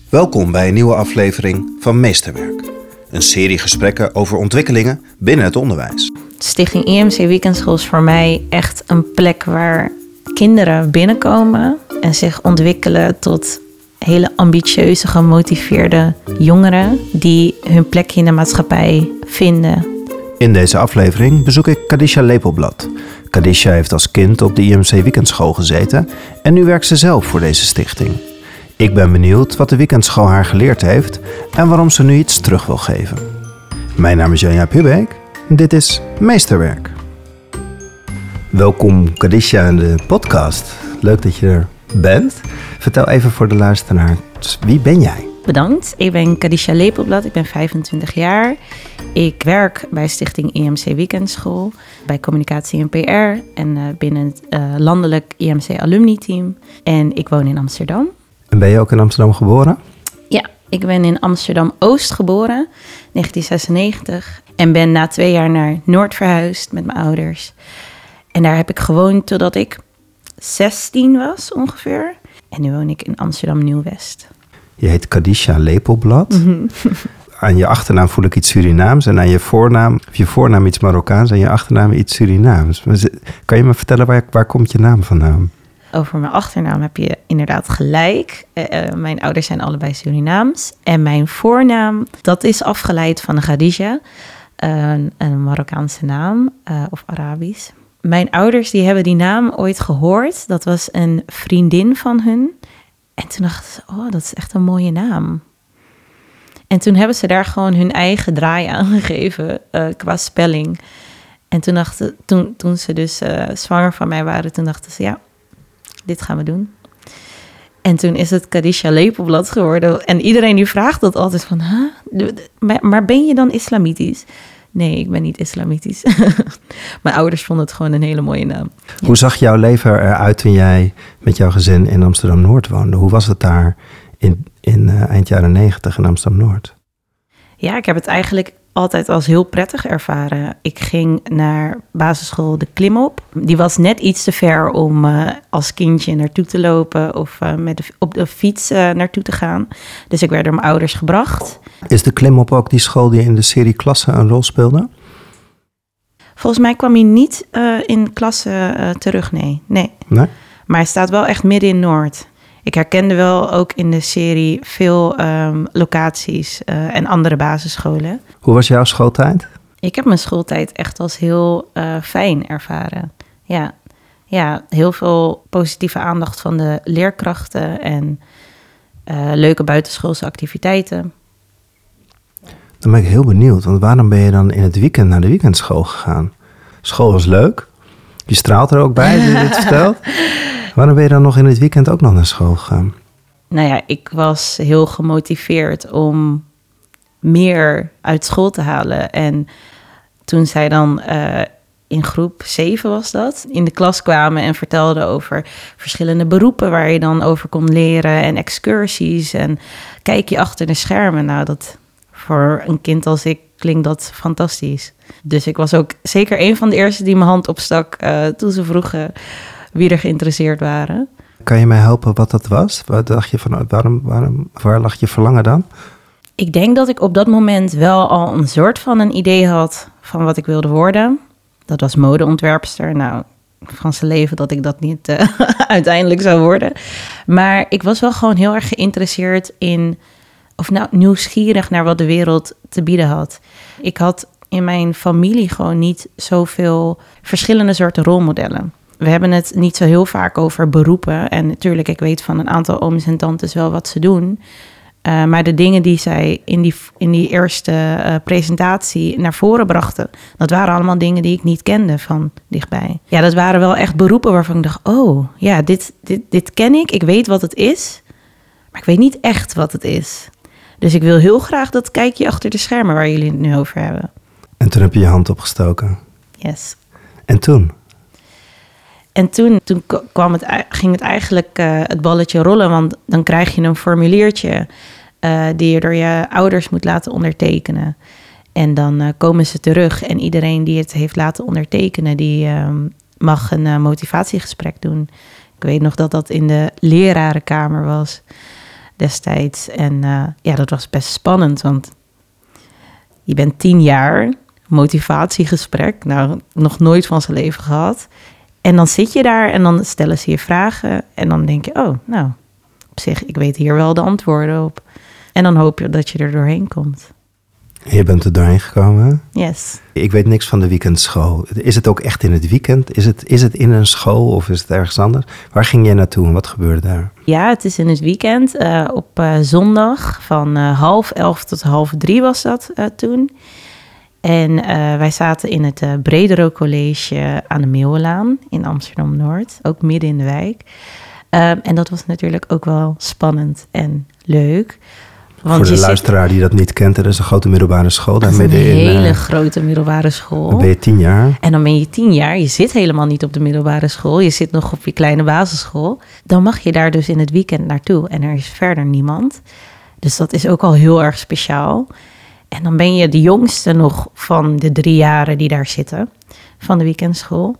Welkom bij een nieuwe aflevering van Meesterwerk. Een serie gesprekken over ontwikkelingen binnen het onderwijs. Stichting IMC Weekendschool is voor mij echt een plek waar kinderen binnenkomen en zich ontwikkelen tot hele ambitieuze, gemotiveerde jongeren die hun plekje in de maatschappij vinden. In deze aflevering bezoek ik Khadija Lepelblad. Khadija heeft als kind op de IMC Weekendschool gezeten en nu werkt ze zelf voor deze stichting. Ik ben benieuwd wat de weekendschool haar geleerd heeft en waarom ze nu iets terug wil geven. Mijn naam is Janja Pubeek en dit is Meesterwerk. Welkom Khadija in de podcast. Leuk dat je er bent. Vertel even voor de luisteraar, wie ben jij? Bedankt. Ik ben Khadija Lepelblad, ik ben 25 jaar. Ik werk bij Stichting IMC Weekendschool, bij communicatie en PR en binnen het landelijk IMC alumni team. En ik woon in Amsterdam. En ben je ook in Amsterdam geboren? Ja, ik ben in Amsterdam-Oost geboren, 1996. En ben na 2 jaar naar Noord verhuisd met mijn ouders. En daar heb ik gewoond totdat ik 16 was ongeveer. En nu woon ik in Amsterdam-Nieuw-West. Je heet Khadija Lepelblad. Mm-hmm. Aan je achternaam voel ik iets Surinaams. En aan je voornaam iets Marokkaans en je achternaam iets Surinaams. Kan je me vertellen waar komt je naam vandaan? Over mijn achternaam heb je inderdaad gelijk. Mijn ouders zijn allebei Surinaams. En mijn voornaam, dat is afgeleid van Khadija. Een Marokkaanse naam of Arabisch. Mijn ouders die hebben die naam ooit gehoord. Dat was een vriendin van hun. En toen dachten ze, oh, dat is echt een mooie naam. En toen hebben ze daar gewoon hun eigen draai aan gegeven qua spelling. En toen ze dus zwanger van mij waren, toen dachten ze, ja, dit gaan we doen. En toen is het Khadija Lepelblad geworden. En iedereen die vraagt dat altijd van, maar ben je dan islamitisch? Nee, ik ben niet islamitisch. Mijn ouders vonden het gewoon een hele mooie naam. Ja. Hoe zag jouw leven eruit toen jij met jouw gezin in Amsterdam-Noord woonde? Hoe was het daar in eind jaren 90 in Amsterdam-Noord? Ja, ik heb het eigenlijk altijd als heel prettig ervaren. Ik ging naar basisschool De Klimop. Die was net iets te ver om als kindje naartoe te lopen of op de fiets naartoe te gaan. Dus ik werd door mijn ouders gebracht. Is De Klimop ook die school die in de serie Klasse een rol speelde? Volgens mij kwam hij niet in Klasse terug, nee. Maar hij staat wel echt midden in Noord. Ik herkende wel ook in de serie veel locaties en andere basisscholen. Hoe was jouw schooltijd? Ik heb mijn schooltijd echt als heel fijn ervaren. Ja, heel veel positieve aandacht van de leerkrachten en leuke buitenschoolse activiteiten. Dan ben ik heel benieuwd, want waarom ben je dan in het weekend naar de weekendschool gegaan? School was leuk. Je straalt er ook bij, als je dit vertelt. Waarom ben je dan nog in het weekend ook nog naar school gegaan? Nou ja, ik was heel gemotiveerd om meer uit school te halen. En toen zij dan in groep 7 was dat, in de klas kwamen en vertelden over verschillende beroepen waar je dan over kon leren en excursies en kijk je achter de schermen. Nou, dat voor een kind als ik klinkt dat fantastisch. Dus ik was ook zeker een van de eerste die mijn hand opstak toen ze vroegen wie er geïnteresseerd waren. Kan je mij helpen wat dat was? Wat dacht je van, waar lag je verlangen dan? Ik denk dat ik op dat moment wel al een soort van een idee had van wat ik wilde worden. Dat was modeontwerpster. Nou, van zijn leven dat ik dat niet uiteindelijk zou worden. Maar ik was wel gewoon heel erg geïnteresseerd in, of nou nieuwsgierig naar wat de wereld te bieden had. Ik had in mijn familie gewoon niet zoveel verschillende soorten rolmodellen. We hebben het niet zo heel vaak over beroepen. En natuurlijk, ik weet van een aantal ooms en tantes wel wat ze doen. Maar de dingen die zij in die eerste presentatie naar voren brachten, dat waren allemaal dingen die ik niet kende van dichtbij. Ja, dat waren wel echt beroepen waarvan ik dacht, oh, ja, dit ken ik. Ik weet wat het is, maar ik weet niet echt wat het is. Dus ik wil heel graag dat kijkje achter de schermen waar jullie het nu over hebben. En toen heb je je hand opgestoken? Yes. En toen? En toen ging het eigenlijk het balletje rollen, want dan krijg je een formuliertje die je door je ouders moet laten ondertekenen. En dan komen ze terug en iedereen die het heeft laten ondertekenen, die mag een motivatiegesprek doen. Ik weet nog dat dat in de lerarenkamer was. destijds. En dat was best spannend, want je bent 10 jaar, motivatiegesprek, nou, nog nooit van zijn leven gehad. En dan zit je daar en dan stellen ze je vragen en dan denk je, oh, nou, op zich, ik weet hier wel de antwoorden op. En dan hoop je dat je er doorheen komt. Je bent er doorheen gekomen? Yes. Ik weet niks van de weekendschool. Is het ook echt in het weekend? Is het in een school of is het ergens anders? Waar ging jij naartoe en wat gebeurde daar? Ja, het is in het weekend. Op zondag van 11:30 tot 2:30 was dat toen. En wij zaten in het Bredero College aan de Meeuwenlaan in Amsterdam-Noord. Ook midden in de wijk. En dat was natuurlijk ook wel spannend en leuk. Want voor de luisteraar die dat niet kent, er is een grote middelbare school. Dat is een hele grote middelbare school. Dan ben je 10 jaar. En dan ben je 10 jaar. Je zit helemaal niet op de middelbare school. Je zit nog op je kleine basisschool. Dan mag je daar dus in het weekend naartoe. En er is verder niemand. Dus dat is ook al heel erg speciaal. En dan ben je de jongste nog van de 3 jaren die daar zitten. Van de weekendschool.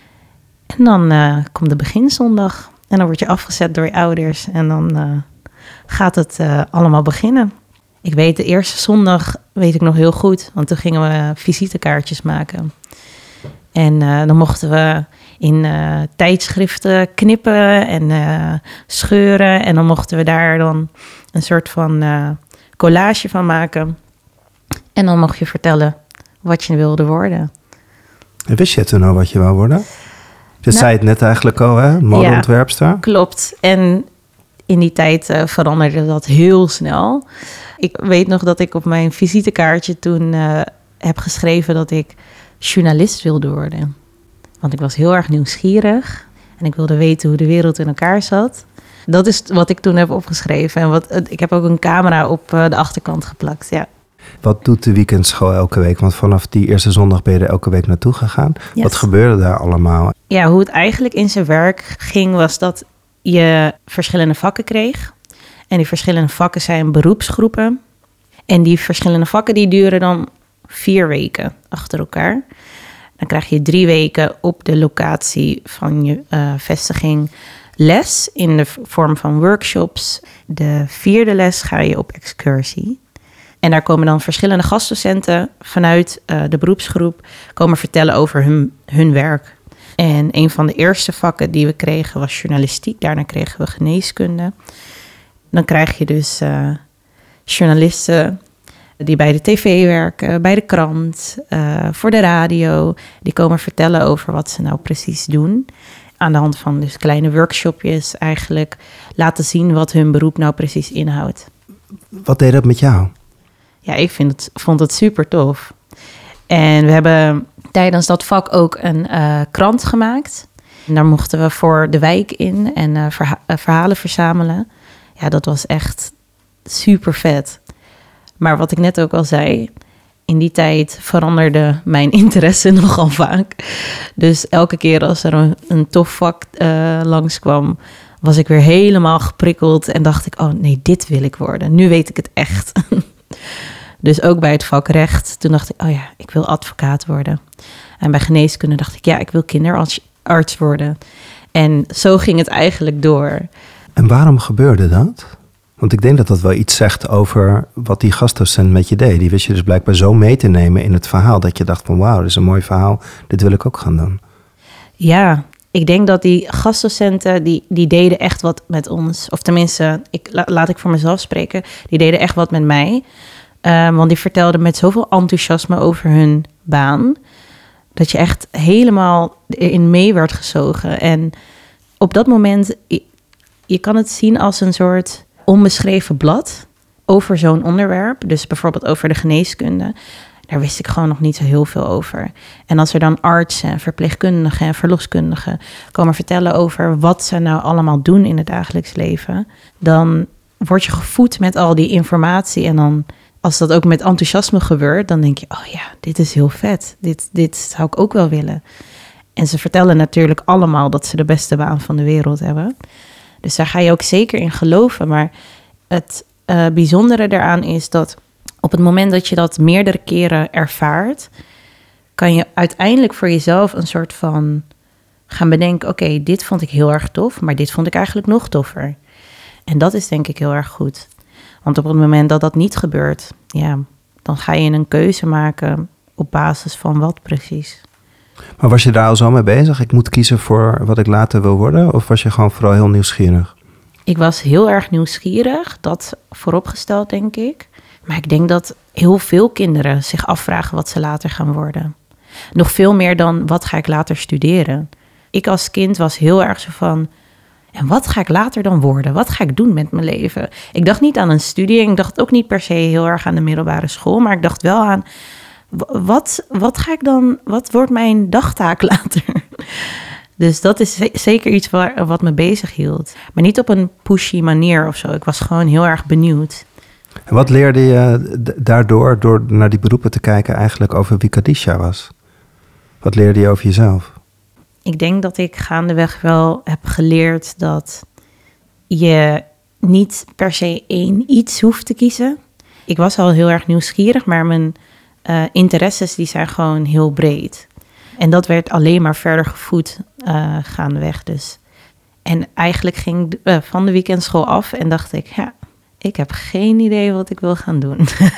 En dan komt de beginzondag. En dan word je afgezet door je ouders. En dan gaat het allemaal beginnen. Ik weet, de eerste zondag weet ik nog heel goed. Want toen gingen we visitekaartjes maken. En dan mochten we in tijdschriften knippen en scheuren. En dan mochten we daar dan een soort van collage van maken. En dan mocht je vertellen wat je wilde worden. En wist je toen al wat je wou worden? Je zei het net eigenlijk al, hè? Modeontwerpster. Ja, klopt. En in die tijd veranderde dat heel snel. Ik weet nog dat ik op mijn visitekaartje toen heb geschreven dat ik journalist wilde worden. Want ik was heel erg nieuwsgierig en ik wilde weten hoe de wereld in elkaar zat. Dat is wat ik toen heb opgeschreven. En ik heb ook een camera op de achterkant geplakt, ja. Wat doet de weekendschool elke week? Want vanaf die eerste zondag ben je er elke week naartoe gegaan. Yes. Wat gebeurde daar allemaal? Ja, hoe het eigenlijk in zijn werk ging was dat je verschillende vakken kreeg. En die verschillende vakken zijn beroepsgroepen. En die verschillende vakken die duren dan 4 weken achter elkaar. Dan krijg je 3 weken op de locatie van je vestiging les in de vorm van workshops. De 4e les ga je op excursie. En daar komen dan verschillende gastdocenten vanuit de beroepsgroep komen vertellen over hun werk. En een van de eerste vakken die we kregen was journalistiek. Daarna kregen we geneeskunde. Dan krijg je dus journalisten die bij de tv werken, bij de krant, voor de radio. Die komen vertellen over wat ze nou precies doen. Aan de hand van dus kleine workshopjes eigenlijk laten zien wat hun beroep nou precies inhoudt. Wat deed dat met jou? Ja, vond het super tof. En we hebben tijdens dat vak ook een krant gemaakt. En daar mochten we voor de wijk in en verhalen verzamelen. Ja, dat was echt super vet. Maar wat ik net ook al zei, in die tijd veranderde mijn interesse nogal vaak. Dus elke keer als er een tof vak langskwam, was ik weer helemaal geprikkeld en dacht ik, oh nee, dit wil ik worden. Nu weet ik het echt. Dus ook bij het vak recht, toen dacht ik, oh ja, ik wil advocaat worden. En bij geneeskunde dacht ik, ja, ik wil kinderarts worden. En zo ging het eigenlijk door. En waarom gebeurde dat? Want ik denk dat dat wel iets zegt over wat die gastdocent met je deed. Die wist je dus blijkbaar zo mee te nemen in het verhaal, dat je dacht van wauw, dit is een mooi verhaal, dit wil ik ook gaan doen. Ja, ik denk dat die gastdocenten, die deden echt wat met ons. Of tenminste, laat ik voor mezelf spreken, die deden echt wat met mij. Want die vertelden met zoveel enthousiasme over hun baan, dat je echt helemaal erin mee werd gezogen. En op dat moment, je kan het zien als een soort onbeschreven blad over zo'n onderwerp. Dus bijvoorbeeld over de geneeskunde. Daar wist ik gewoon nog niet zo heel veel over. En als er dan artsen, verpleegkundigen en verloskundigen komen vertellen over wat ze nou allemaal doen in het dagelijks leven, dan word je gevoed met al die informatie. En dan, als dat ook met enthousiasme gebeurt, dan denk je, oh ja, dit is heel vet. Dit zou ik ook wel willen. En ze vertellen natuurlijk allemaal dat ze de beste baan van de wereld hebben. Dus daar ga je ook zeker in geloven. Maar het bijzondere daaraan is dat op het moment dat je dat meerdere keren ervaart, kan je uiteindelijk voor jezelf een soort van gaan bedenken, oké, dit vond ik heel erg tof, maar dit vond ik eigenlijk nog toffer. En dat is denk ik heel erg goed. Want op het moment dat dat niet gebeurt, ja, dan ga je een keuze maken op basis van wat precies. Maar was je daar al zo mee bezig? Ik moet kiezen voor wat ik later wil worden? Of was je gewoon vooral heel nieuwsgierig? Ik was heel erg nieuwsgierig, dat vooropgesteld denk ik. Maar ik denk dat heel veel kinderen zich afvragen wat ze later gaan worden. Nog veel meer dan wat ga ik later studeren. Ik als kind was heel erg zo van, en wat ga ik later dan worden? Wat ga ik doen met mijn leven? Ik dacht niet aan een studie. Ik dacht ook niet per se heel erg aan de middelbare school. Maar ik dacht wel aan, wat ga ik dan, wat wordt mijn dagtaak later? Dus dat is zeker iets wat me bezig hield. Maar niet op een pushy manier of zo. Ik was gewoon heel erg benieuwd. En wat leerde je daardoor, door naar die beroepen te kijken, eigenlijk over wie Khadija was? Wat leerde je over jezelf? Ik denk dat ik gaandeweg wel heb geleerd dat je niet per se één iets hoeft te kiezen. Ik was al heel erg nieuwsgierig, maar mijn interesses die zijn gewoon heel breed. En dat werd alleen maar verder gevoed gaandeweg dus. En eigenlijk ging ik van de weekendschool af en dacht ik, ja, ik heb geen idee wat ik wil gaan doen.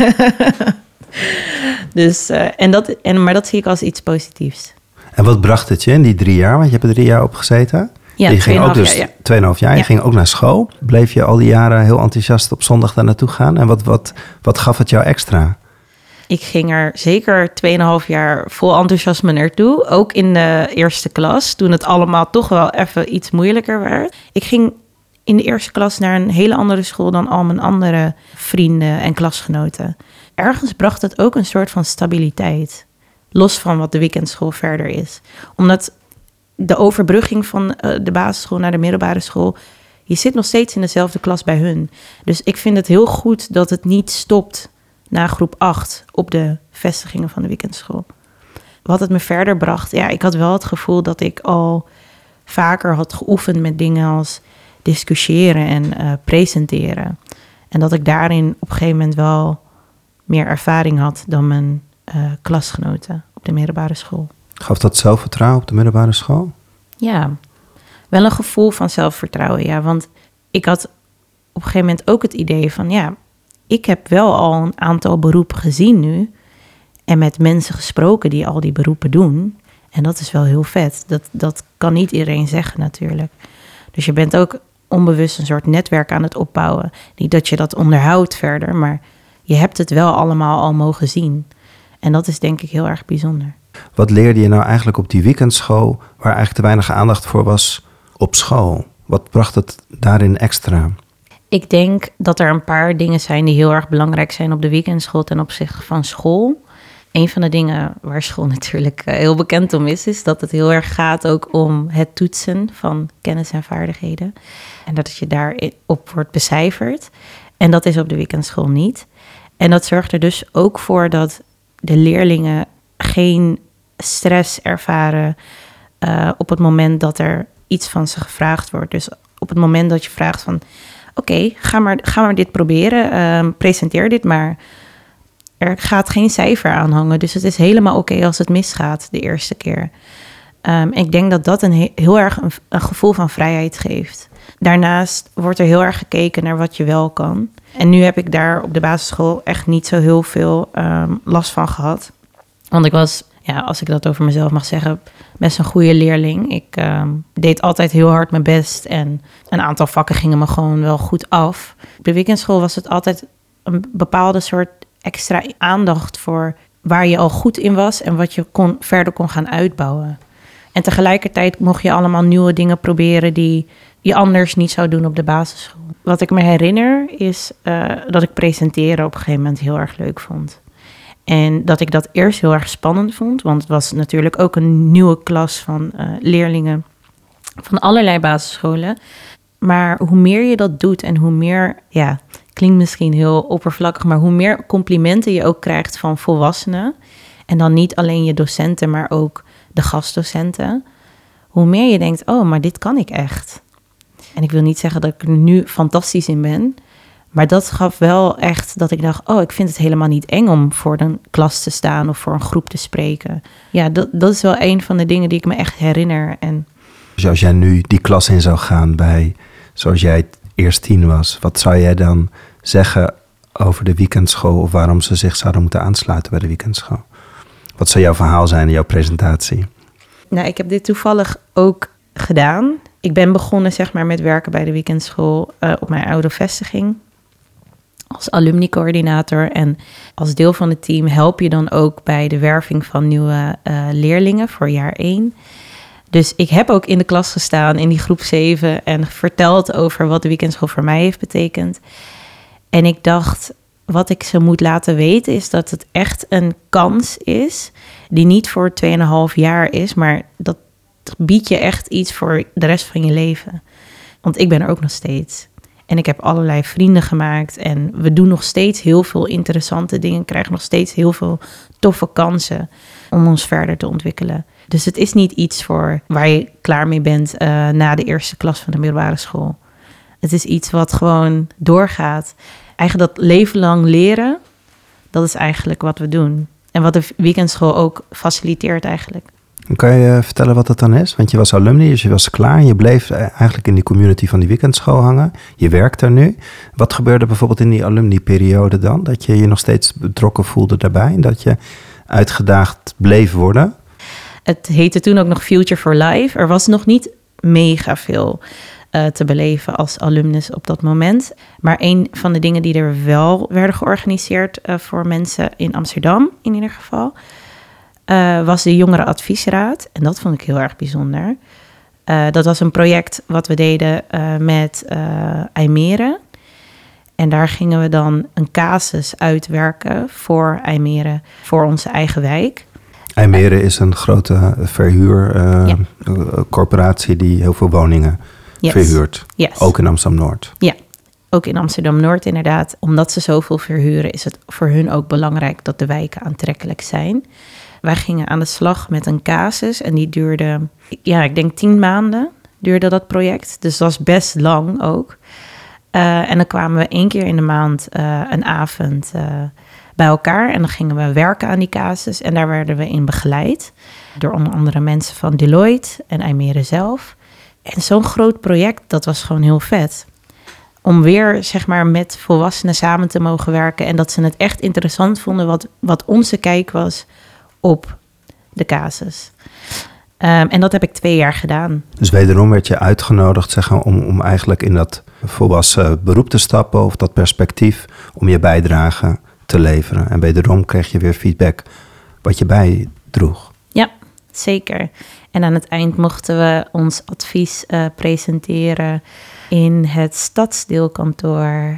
Dus, maar dat zie ik als iets positiefs. En wat bracht het je in die 3 jaar? Want je hebt er 3 jaar op gezeten. Ja, je ging ook dus 2,5 jaar. Ja. Je ging ook naar school. Bleef je al die jaren heel enthousiast op zondag daar naartoe gaan? En wat gaf het jou extra? Ik ging er zeker 2,5 jaar vol enthousiasme naartoe. Ook in de eerste klas, toen het allemaal toch wel even iets moeilijker werd. Ik ging in de eerste klas naar een hele andere school dan al mijn andere vrienden en klasgenoten. Ergens bracht het ook een soort van stabiliteit. Los van wat de weekendschool verder is. Omdat de overbrugging van de basisschool naar de middelbare school, je zit nog steeds in dezelfde klas bij hun. Dus ik vind het heel goed dat het niet stopt na groep 8 op de vestigingen van de weekendschool. Wat het me verder bracht, ja, ik had wel het gevoel dat ik al vaker had geoefend met dingen als discussiëren en presenteren. En dat ik daarin op een gegeven moment wel meer ervaring had dan mijn klasgenoten op de middelbare school. Gaf dat zelfvertrouwen op de middelbare school? Ja, wel een gevoel van zelfvertrouwen, ja. Want ik had op een gegeven moment ook het idee van, ja, ik heb wel al een aantal beroepen gezien nu en met mensen gesproken die al die beroepen doen. En dat is wel heel vet. Dat kan niet iedereen zeggen natuurlijk. Dus je bent ook onbewust een soort netwerk aan het opbouwen. Niet dat je dat onderhoudt verder, maar je hebt het wel allemaal al mogen zien. En dat is denk ik heel erg bijzonder. Wat leerde je nou eigenlijk op die weekendschool, waar eigenlijk te weinig aandacht voor was op school? Wat bracht het daarin extra? Ik denk dat er een paar dingen zijn die heel erg belangrijk zijn op de weekendschool ten opzichte van school. Een van de dingen waar school natuurlijk heel bekend om is dat het heel erg gaat ook om het toetsen van kennis en vaardigheden. En dat je daarop wordt becijferd. En dat is op de weekendschool niet. En dat zorgt er dus ook voor dat de leerlingen geen stress ervaren op het moment dat er iets van ze gevraagd wordt. Dus op het moment dat je vraagt van, oké, ga maar dit proberen, presenteer dit maar. Er gaat geen cijfer aan hangen, dus het is helemaal oké als het misgaat de eerste keer. Ik denk dat dat heel erg een gevoel van vrijheid geeft. Daarnaast wordt er heel erg gekeken naar wat je wel kan. En nu heb ik daar op de basisschool echt niet zo heel veel last van gehad. Want ik was, ja, als ik dat over mezelf mag zeggen, best een goede leerling. Ik deed altijd heel hard mijn best en een aantal vakken gingen me gewoon wel goed af. Op de weekendschool was het altijd een bepaalde soort extra aandacht voor waar je al goed in was en wat je verder kon gaan uitbouwen. En tegelijkertijd mocht je allemaal nieuwe dingen proberen die je anders niet zou doen op de basisschool. Wat ik me herinner is dat ik presenteren op een gegeven moment heel erg leuk vond. En dat ik dat eerst heel erg spannend vond, want het was natuurlijk ook een nieuwe klas van leerlingen van allerlei basisscholen. Maar hoe meer je dat doet en hoe meer, ja, klinkt misschien heel oppervlakkig, maar hoe meer complimenten je ook krijgt van volwassenen, en dan niet alleen je docenten, maar ook de gastdocenten, hoe meer je denkt, oh, maar dit kan ik echt. En ik wil niet zeggen dat ik er nu fantastisch in ben, maar dat gaf wel echt dat ik dacht, oh, ik vind het helemaal niet eng om voor een klas te staan of voor een groep te spreken. Ja, dat is wel een van de dingen die ik me echt herinner. En dus als jij nu die klas in zou gaan bij, zoals jij het eerst 10 was, wat zou jij dan zeggen over de weekendschool of waarom ze zich zouden moeten aansluiten bij de weekendschool? Wat zou jouw verhaal zijn in jouw presentatie? Nou, ik heb dit toevallig ook gedaan. Ik ben begonnen zeg maar met werken bij de weekendschool op mijn oude vestiging als alumni-coördinator. En als deel van het team help je dan ook bij de werving van nieuwe leerlingen voor jaar 1. Dus ik heb ook in de klas gestaan in die groep 7 en verteld over wat de weekendschool voor mij heeft betekend. En ik dacht, wat ik ze moet laten weten is dat het echt een kans is die niet voor 2,5 jaar is, maar dat biedt je echt iets voor de rest van je leven. Want ik ben er ook nog steeds. En ik heb allerlei vrienden gemaakt en we doen nog steeds heel veel interessante dingen, krijgen nog steeds heel veel toffe kansen om ons verder te ontwikkelen. Dus het is niet iets voor waar je klaar mee bent na de eerste klas van de middelbare school. Het is iets wat gewoon doorgaat. Eigenlijk dat leven lang leren, dat is eigenlijk wat we doen. En wat de weekendschool ook faciliteert eigenlijk. Kan je vertellen wat dat dan is? Want je was alumni, dus je was klaar. Je bleef eigenlijk in die community van die weekendschool hangen. Je werkt er nu. Wat gebeurde bijvoorbeeld in die alumni-periode dan? Dat je je nog steeds betrokken voelde daarbij? Dat je uitgedaagd bleef worden? Het heette toen ook nog Future for Life. Er was nog niet mega veel te beleven als alumnus op dat moment. Maar een van de dingen die er wel werden georganiseerd voor mensen in Amsterdam in ieder geval, was de Jongerenadviesraad. En dat vond ik heel erg bijzonder. Dat was een project wat we deden met IJmeren. En daar gingen we dan een casus uitwerken voor IJmeren, voor onze eigen wijk. IJmeren is een grote verhuurcorporatie die heel veel woningen verhuurt. Yes. Ook in Amsterdam-Noord. Ja, ook in Amsterdam-Noord inderdaad. Omdat ze zoveel verhuren is het voor hun ook belangrijk dat de wijken aantrekkelijk zijn. Wij gingen aan de slag met een casus en die duurde, ik denk 10 maanden duurde dat project. Dus dat was best lang ook. En dan kwamen we 1 keer in de maand een avond bij elkaar. En dan gingen we werken aan die casus. En daar werden we in begeleid door onder andere mensen van Deloitte en IJmeren zelf. En zo'n groot project, dat was gewoon heel vet. Om weer zeg maar met volwassenen samen te mogen werken. En dat ze het echt interessant vonden wat onze kijk was op de casus. En dat heb ik 2 jaar gedaan. Dus wederom werd je uitgenodigd zeggen, om eigenlijk in dat volwassen beroep te stappen of dat perspectief om je bijdrage te leveren. En wederom kreeg je weer feedback wat je bijdroeg. Ja, zeker. En aan het eind mochten we ons advies presenteren in het stadsdeelkantoor.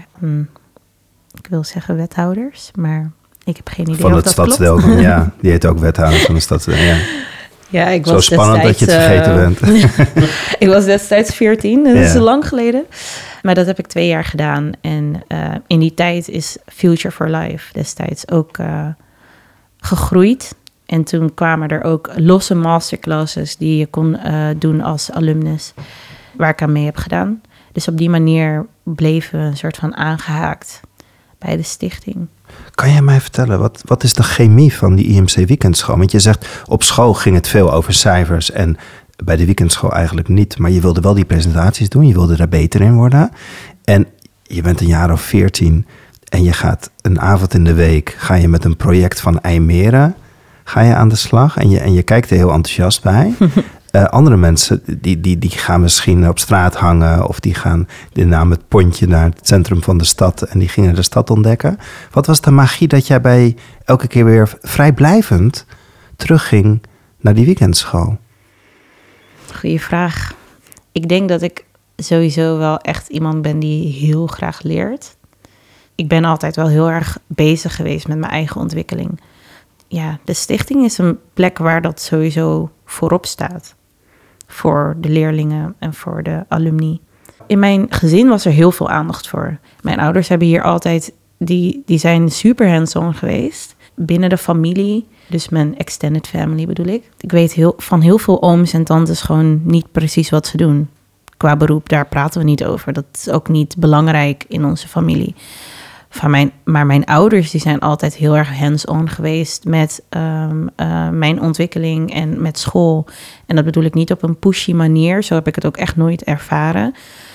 Ik wil zeggen wethouders, maar ik heb geen idee van of dat klopt. Van het stadsdeel, ja. Die heet ook wethouders van de stadsdeel, ja. Ja, ik zo was spannend dat je het vergeten bent. Ik was destijds 14, dat is lang geleden. Maar dat heb ik 2 jaar gedaan. En in die tijd is Future for Life destijds ook gegroeid. En toen kwamen er ook losse masterclasses die je kon doen als alumnus, waar ik aan mee heb gedaan. Dus op die manier bleven we een soort van aangehaakt bij de stichting. Kan jij mij vertellen, wat is de chemie van die IMC Weekendschool? Want je zegt, op school ging het veel over cijfers en bij de weekendschool eigenlijk niet. Maar je wilde wel die presentaties doen, je wilde daar beter in worden. En je bent een jaar of 14 en je gaat een avond in de week, ga je met een project van IJmeren, ga je aan de slag en je kijkt er heel enthousiast bij. Andere mensen die gaan misschien op straat hangen of die gaan namen het pontje naar het centrum van de stad en die gingen de stad ontdekken. Wat was de magie dat jij bij elke keer weer vrijblijvend terugging naar die weekendschool? Goeie vraag. Ik denk dat ik sowieso wel echt iemand ben die heel graag leert. Ik ben altijd wel heel erg bezig geweest met mijn eigen ontwikkeling. Ja, de stichting is een plek waar dat sowieso voorop staat. Voor de leerlingen en voor de alumni. In mijn gezin was er heel veel aandacht voor. Mijn ouders hebben hier altijd, die zijn super hands-on geweest. Binnen de familie, dus mijn extended family bedoel ik. Ik weet van heel veel ooms en tantes gewoon niet precies wat ze doen. Qua beroep, daar praten we niet over. Dat is ook niet belangrijk in onze familie. Maar mijn ouders die zijn altijd heel erg hands-on geweest met mijn ontwikkeling en met school. En dat bedoel ik niet op een pushy manier. Zo heb ik het ook echt nooit ervaren.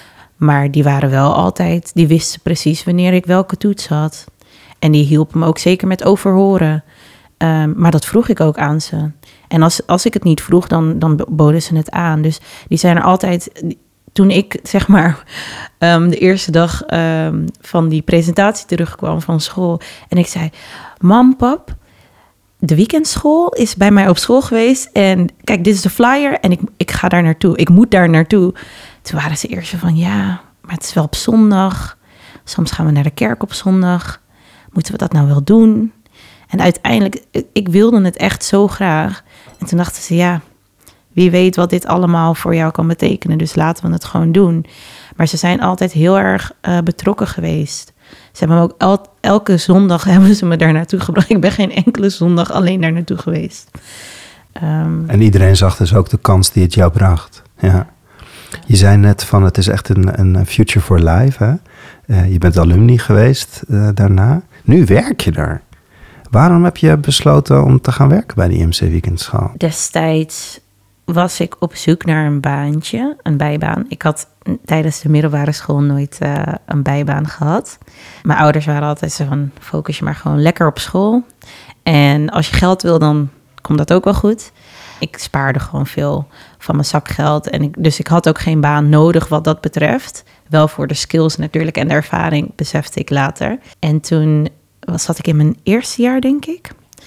Maar die waren wel altijd, die wisten precies wanneer ik welke toets had. En die hielpen me ook zeker met overhoren. Maar dat vroeg ik ook aan ze. En als ik het niet vroeg, dan boden ze het aan. Dus die zijn er altijd... Toen ik, zeg maar, de eerste dag van die presentatie terugkwam van school... en ik zei, mam, pap, de weekendschool is bij mij op school geweest... en kijk, dit is de flyer en ik ga daar naartoe. Ik moet daar naartoe. Toen waren ze eerst van, ja, maar het is wel op zondag. Soms gaan we naar de kerk op zondag. Moeten we dat nou wel doen? En uiteindelijk, ik wilde het echt zo graag. En toen dachten ze, ja, wie weet wat dit allemaal voor jou kan betekenen. Dus laten we het gewoon doen. Maar ze zijn altijd heel erg betrokken geweest. Ze hebben me ook elke zondag hebben ze me daar naartoe gebracht. Ik ben geen enkele zondag alleen daar naartoe geweest. En iedereen zag dus ook de kans die het jou bracht. Ja. Je zei net van het is echt een future for life. Hè? Je bent alumni geweest daarna. Nu werk je daar. Waarom heb je besloten om te gaan werken bij de IMC Weekendschool? Destijds was ik op zoek naar een baantje, een bijbaan. Ik had tijdens de middelbare school nooit een bijbaan gehad. Mijn ouders waren altijd zo van, focus je maar gewoon lekker op school. En als je geld wil, dan komt dat ook wel goed. Ik spaarde gewoon veel van mijn zakgeld. Dus ik had ook geen baan nodig wat dat betreft. Wel voor de skills natuurlijk en de ervaring, besefte ik later. En toen zat ik in mijn eerste jaar, denk ik,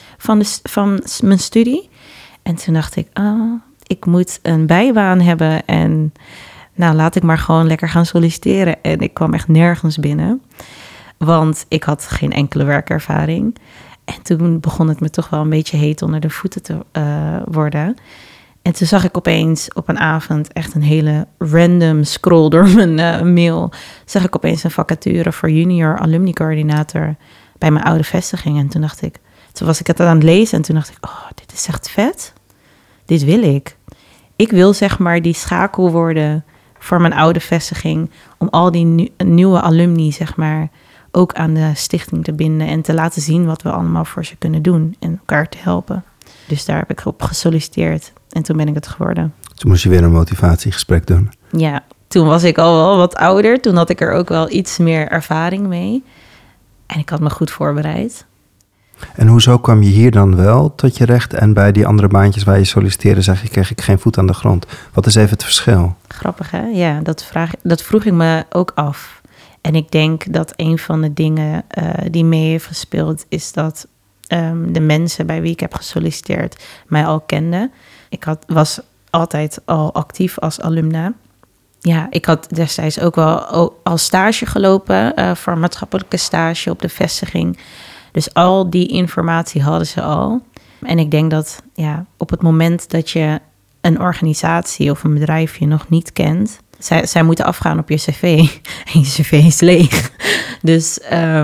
van mijn studie. En toen dacht ik, ik moet een bijbaan hebben. En nou, laat ik maar gewoon lekker gaan solliciteren. En ik kwam echt nergens binnen. Want ik had geen enkele werkervaring. En toen begon het me toch wel een beetje heet onder de voeten te worden. En toen zag ik opeens op een avond echt een hele random scroll door mijn mail. Zag ik opeens een vacature voor junior alumni coördinator bij mijn oude vestiging. En toen was ik het aan het lezen en toen dacht ik, dit is echt vet. Dit wil ik. Ik wil zeg maar die schakel worden voor mijn oude vestiging. Om al die nieuwe alumni zeg maar ook aan de stichting te binden. En te laten zien wat we allemaal voor ze kunnen doen. En elkaar te helpen. Dus daar heb ik op gesolliciteerd. En toen ben ik het geworden. Toen moest je weer een motivatiegesprek doen. Ja, toen was ik al wel wat ouder. Toen had ik er ook wel iets meer ervaring mee. En ik had me goed voorbereid. En hoezo kwam je hier dan wel tot je recht? En bij die andere baantjes waar je solliciteerde, kreeg ik geen voet aan de grond. Wat is even het verschil? Grappig, hè? Ja, dat vroeg ik me ook af. En ik denk dat een van de dingen die mee heeft gespeeld is dat de mensen bij wie ik heb gesolliciteerd mij al kenden. Ik was altijd al actief als alumna. Ja, ik had destijds ook wel al stage gelopen voor maatschappelijke stage op de vestiging. Dus al die informatie hadden ze al. En ik denk dat op het moment dat je een organisatie of een bedrijf je nog niet kent, zij moeten afgaan op je cv. En je cv is leeg. Dus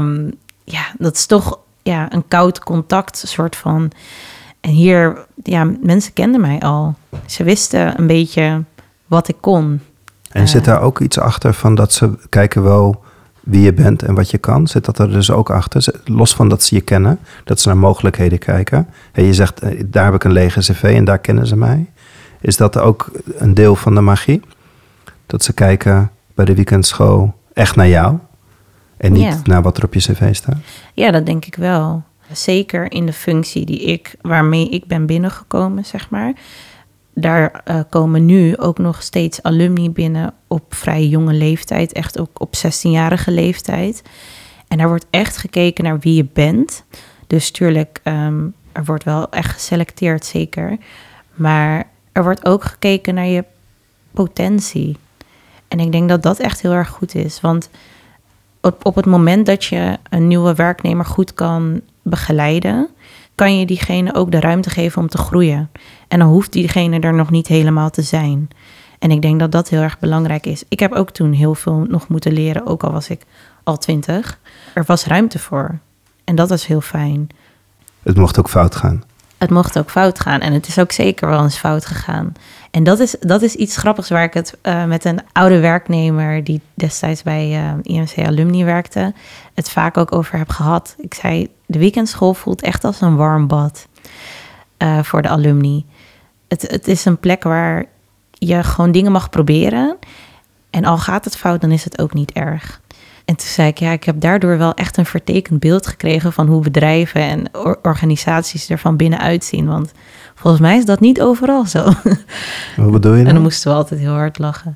dat is toch een koud contact soort van. En hier, mensen kenden mij al. Ze wisten een beetje wat ik kon. En zit daar ook iets achter van dat ze kijken wel wie je bent en wat je kan? Zit dat er dus ook achter? Los van dat ze je kennen, dat ze naar mogelijkheden kijken. En je zegt, daar heb ik een lege cv en daar kennen ze mij. Is dat ook een deel van de magie? Dat ze kijken bij de weekendschool echt naar jou en niet naar wat er op je cv staat? Ja, dat denk ik wel. Zeker in de functie waarmee ik ben binnengekomen, zeg maar. Daar komen nu ook nog steeds alumni binnen op vrij jonge leeftijd. Echt ook op 16-jarige leeftijd. En daar wordt echt gekeken naar wie je bent. Dus tuurlijk, er wordt wel echt geselecteerd, zeker. Maar er wordt ook gekeken naar je potentie. En ik denk dat dat echt heel erg goed is. Want op het moment dat je een nieuwe werknemer goed kan begeleiden, kan je diegene ook de ruimte geven om te groeien. En dan hoeft diegene er nog niet helemaal te zijn. En ik denk dat dat heel erg belangrijk is. Ik heb ook toen heel veel nog moeten leren, ook al was ik al 20. Er was ruimte voor. En dat was heel fijn. Het mocht ook fout gaan. Het mocht ook fout gaan. En het is ook zeker wel eens fout gegaan. En dat is iets grappigs waar ik het met een oude werknemer die destijds bij IMC Alumni werkte, het vaak ook over heb gehad. Ik zei, de weekendschool voelt echt als een warm bad voor de alumni. Het is een plek waar je gewoon dingen mag proberen. En al gaat het fout, dan is het ook niet erg. En toen zei ik, ik heb daardoor wel echt een vertekend beeld gekregen van hoe bedrijven en organisaties er van binnenuit zien. Want volgens mij is dat niet overal zo. Wat bedoel je dan? En dan moesten we altijd heel hard lachen.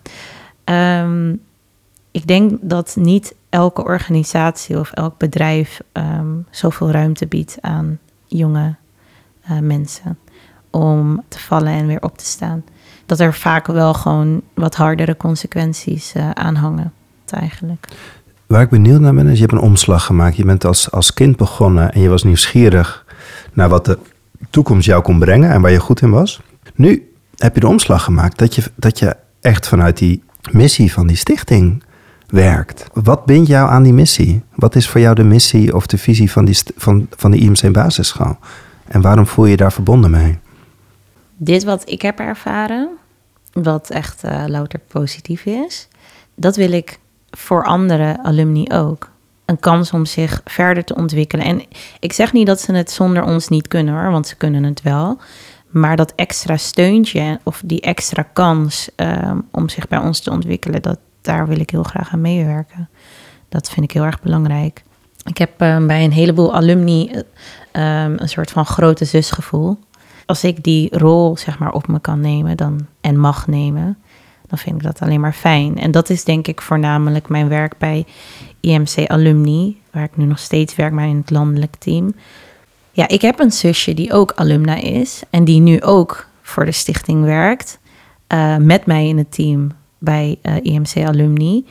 Ik denk dat niet elke organisatie of elk bedrijf zoveel ruimte biedt aan jonge mensen om te vallen en weer op te staan. Dat er vaak wel gewoon wat hardere consequenties aan hangen, eigenlijk. Waar ik benieuwd naar ben, is je hebt een omslag gemaakt. Je bent als kind begonnen en je was nieuwsgierig naar wat de toekomst jou kon brengen en waar je goed in was. Nu heb je de omslag gemaakt dat je echt vanuit die missie van die stichting werkt. Wat bindt jou aan die missie? Wat is voor jou de missie of de visie van de IMC Basisschool? En waarom voel je je daar verbonden mee? Dit wat ik heb ervaren, wat echt louter positief is, dat wil ik voor andere alumni ook. Een kans om zich verder te ontwikkelen. En ik zeg niet dat ze het zonder ons niet kunnen hoor, want ze kunnen het wel. Maar dat extra steuntje of die extra kans om zich bij ons te ontwikkelen, daar wil ik heel graag aan meewerken. Dat vind ik heel erg belangrijk. Ik heb bij een heleboel alumni een soort van grote zusgevoel. Als ik die rol zeg maar op me kan nemen en mag nemen, dan vind ik dat alleen maar fijn. En dat is denk ik voornamelijk mijn werk bij IMC Alumni, waar ik nu nog steeds werk, maar in het landelijk team. Ja, ik heb een zusje die ook alumna is en die nu ook voor de stichting werkt, met mij in het team bij IMC Alumni.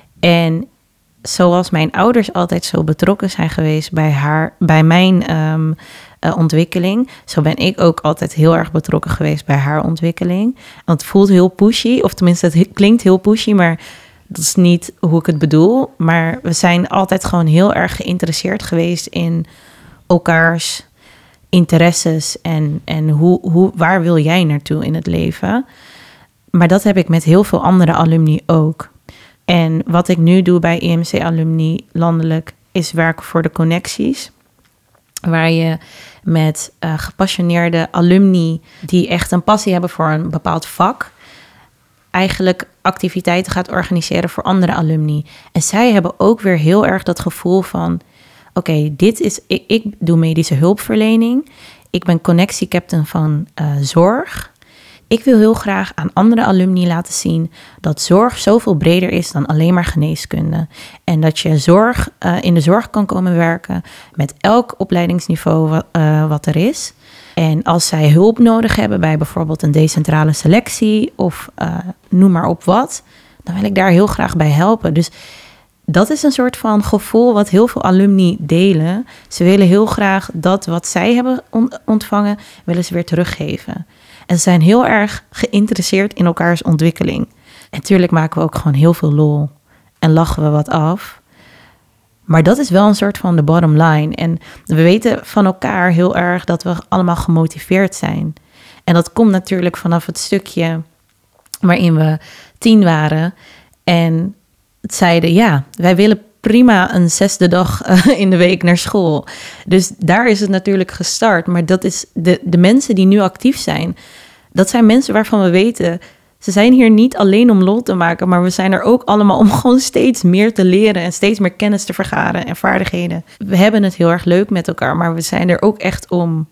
En zoals mijn ouders altijd zo betrokken zijn geweest bij mijn ontwikkeling, zo ben ik ook altijd heel erg betrokken geweest bij haar ontwikkeling. Want het voelt heel pushy, of tenminste het klinkt heel pushy, maar dat is niet hoe ik het bedoel. Maar we zijn altijd gewoon heel erg geïnteresseerd geweest in elkaars interesses en waar wil jij naartoe in het leven. Maar dat heb ik met heel veel andere alumni ook. En wat ik nu doe bij IMC Alumni landelijk is werken voor de connecties. Waar je met gepassioneerde alumni die echt een passie hebben voor een bepaald vak, eigenlijk activiteiten gaat organiseren voor andere alumni. En zij hebben ook weer heel erg dat gevoel van, oké, ik doe medische hulpverlening. Ik ben connectiecaptain van zorg. Ik wil heel graag aan andere alumni laten zien dat zorg zoveel breder is dan alleen maar geneeskunde. En dat je in de zorg kan komen werken met elk opleidingsniveau wat er is. En als zij hulp nodig hebben bij bijvoorbeeld een decentrale selectie of noem maar op wat, dan wil ik daar heel graag bij helpen. Dus dat is een soort van gevoel wat heel veel alumni delen. Ze willen heel graag dat wat zij hebben ontvangen, willen ze weer teruggeven. En ze zijn heel erg geïnteresseerd in elkaars ontwikkeling. En natuurlijk maken we ook gewoon heel veel lol en lachen we wat af. Maar dat is wel een soort van de bottom line. En we weten van elkaar heel erg dat we allemaal gemotiveerd zijn. En dat komt natuurlijk vanaf het stukje waarin we 10 waren en zeiden, ja, wij willen prima een 6e dag in de week naar school. Dus daar is het natuurlijk gestart. Maar dat is de mensen die nu actief zijn, dat zijn mensen waarvan we weten, ze zijn hier niet alleen om lol te maken, maar we zijn er ook allemaal om gewoon steeds meer te leren en steeds meer kennis te vergaren en vaardigheden. We hebben het heel erg leuk met elkaar, maar we zijn er ook echt om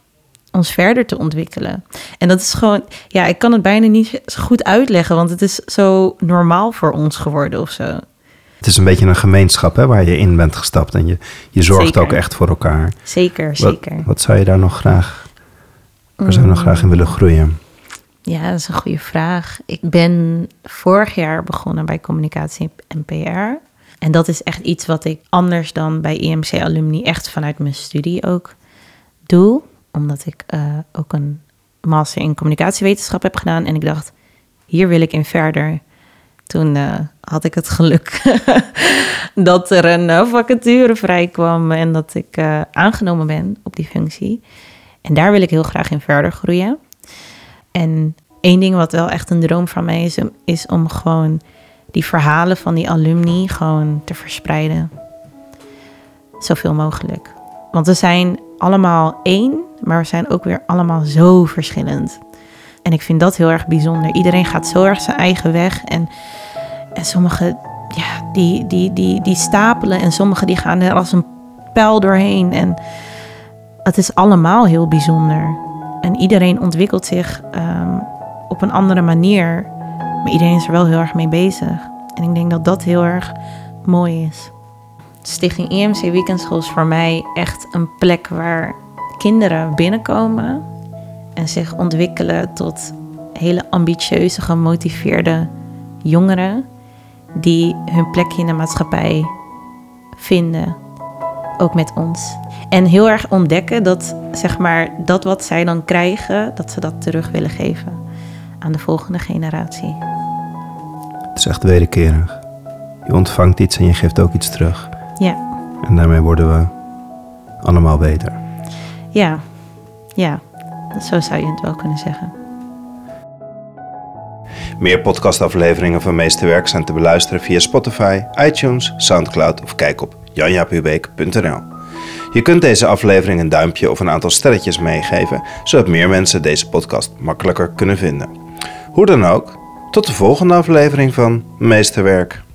ons verder te ontwikkelen. En dat is gewoon, ja, ik kan het bijna niet zo goed uitleggen, want het is zo normaal voor ons geworden of zo. Het is een beetje een gemeenschap hè, waar je in bent gestapt en je zorgt Zeker. ook echt voor elkaar. Zeker. Wat zou je daar nog graag, waar zou je nog graag in willen groeien? Ja, dat is een goede vraag. Ik ben vorig jaar begonnen bij communicatie en PR. En dat is echt iets wat ik anders dan bij IMC Alumni echt vanuit mijn studie ook doe. Omdat ik ook een master in communicatiewetenschap heb gedaan. En ik dacht, hier wil ik in verder. Toen had ik het geluk dat er een vacature vrij kwam en dat ik aangenomen ben op die functie. En daar wil ik heel graag in verder groeien. En één ding wat wel echt een droom van mij is om gewoon die verhalen van die alumni gewoon te verspreiden. Zoveel mogelijk. Want we zijn allemaal één, maar we zijn ook weer allemaal zo verschillend. En ik vind dat heel erg bijzonder. Iedereen gaat zo erg zijn eigen weg. En En sommige, die stapelen en sommige die gaan er als een pijl doorheen. En het is allemaal heel bijzonder. En iedereen ontwikkelt zich op een andere manier. Maar iedereen is er wel heel erg mee bezig. En ik denk dat dat heel erg mooi is. Stichting IMC Weekendschool is voor mij echt een plek waar kinderen binnenkomen en zich ontwikkelen tot hele ambitieuze, gemotiveerde jongeren die hun plekje in de maatschappij vinden, ook met ons. En heel erg ontdekken dat, zeg maar, dat wat zij dan krijgen, dat ze dat terug willen geven aan de volgende generatie. Het is echt wederkerig. Je ontvangt iets en je geeft ook iets terug. Ja. En daarmee worden we allemaal beter. Ja, zo zou je het wel kunnen zeggen. Meer podcastafleveringen van Meesterwerk zijn te beluisteren via Spotify, iTunes, Soundcloud of kijk op janjaaphubeek.nl. Je kunt deze aflevering een duimpje of een aantal sterretjes meegeven, zodat meer mensen deze podcast makkelijker kunnen vinden. Hoe dan ook, tot de volgende aflevering van Meesterwerk.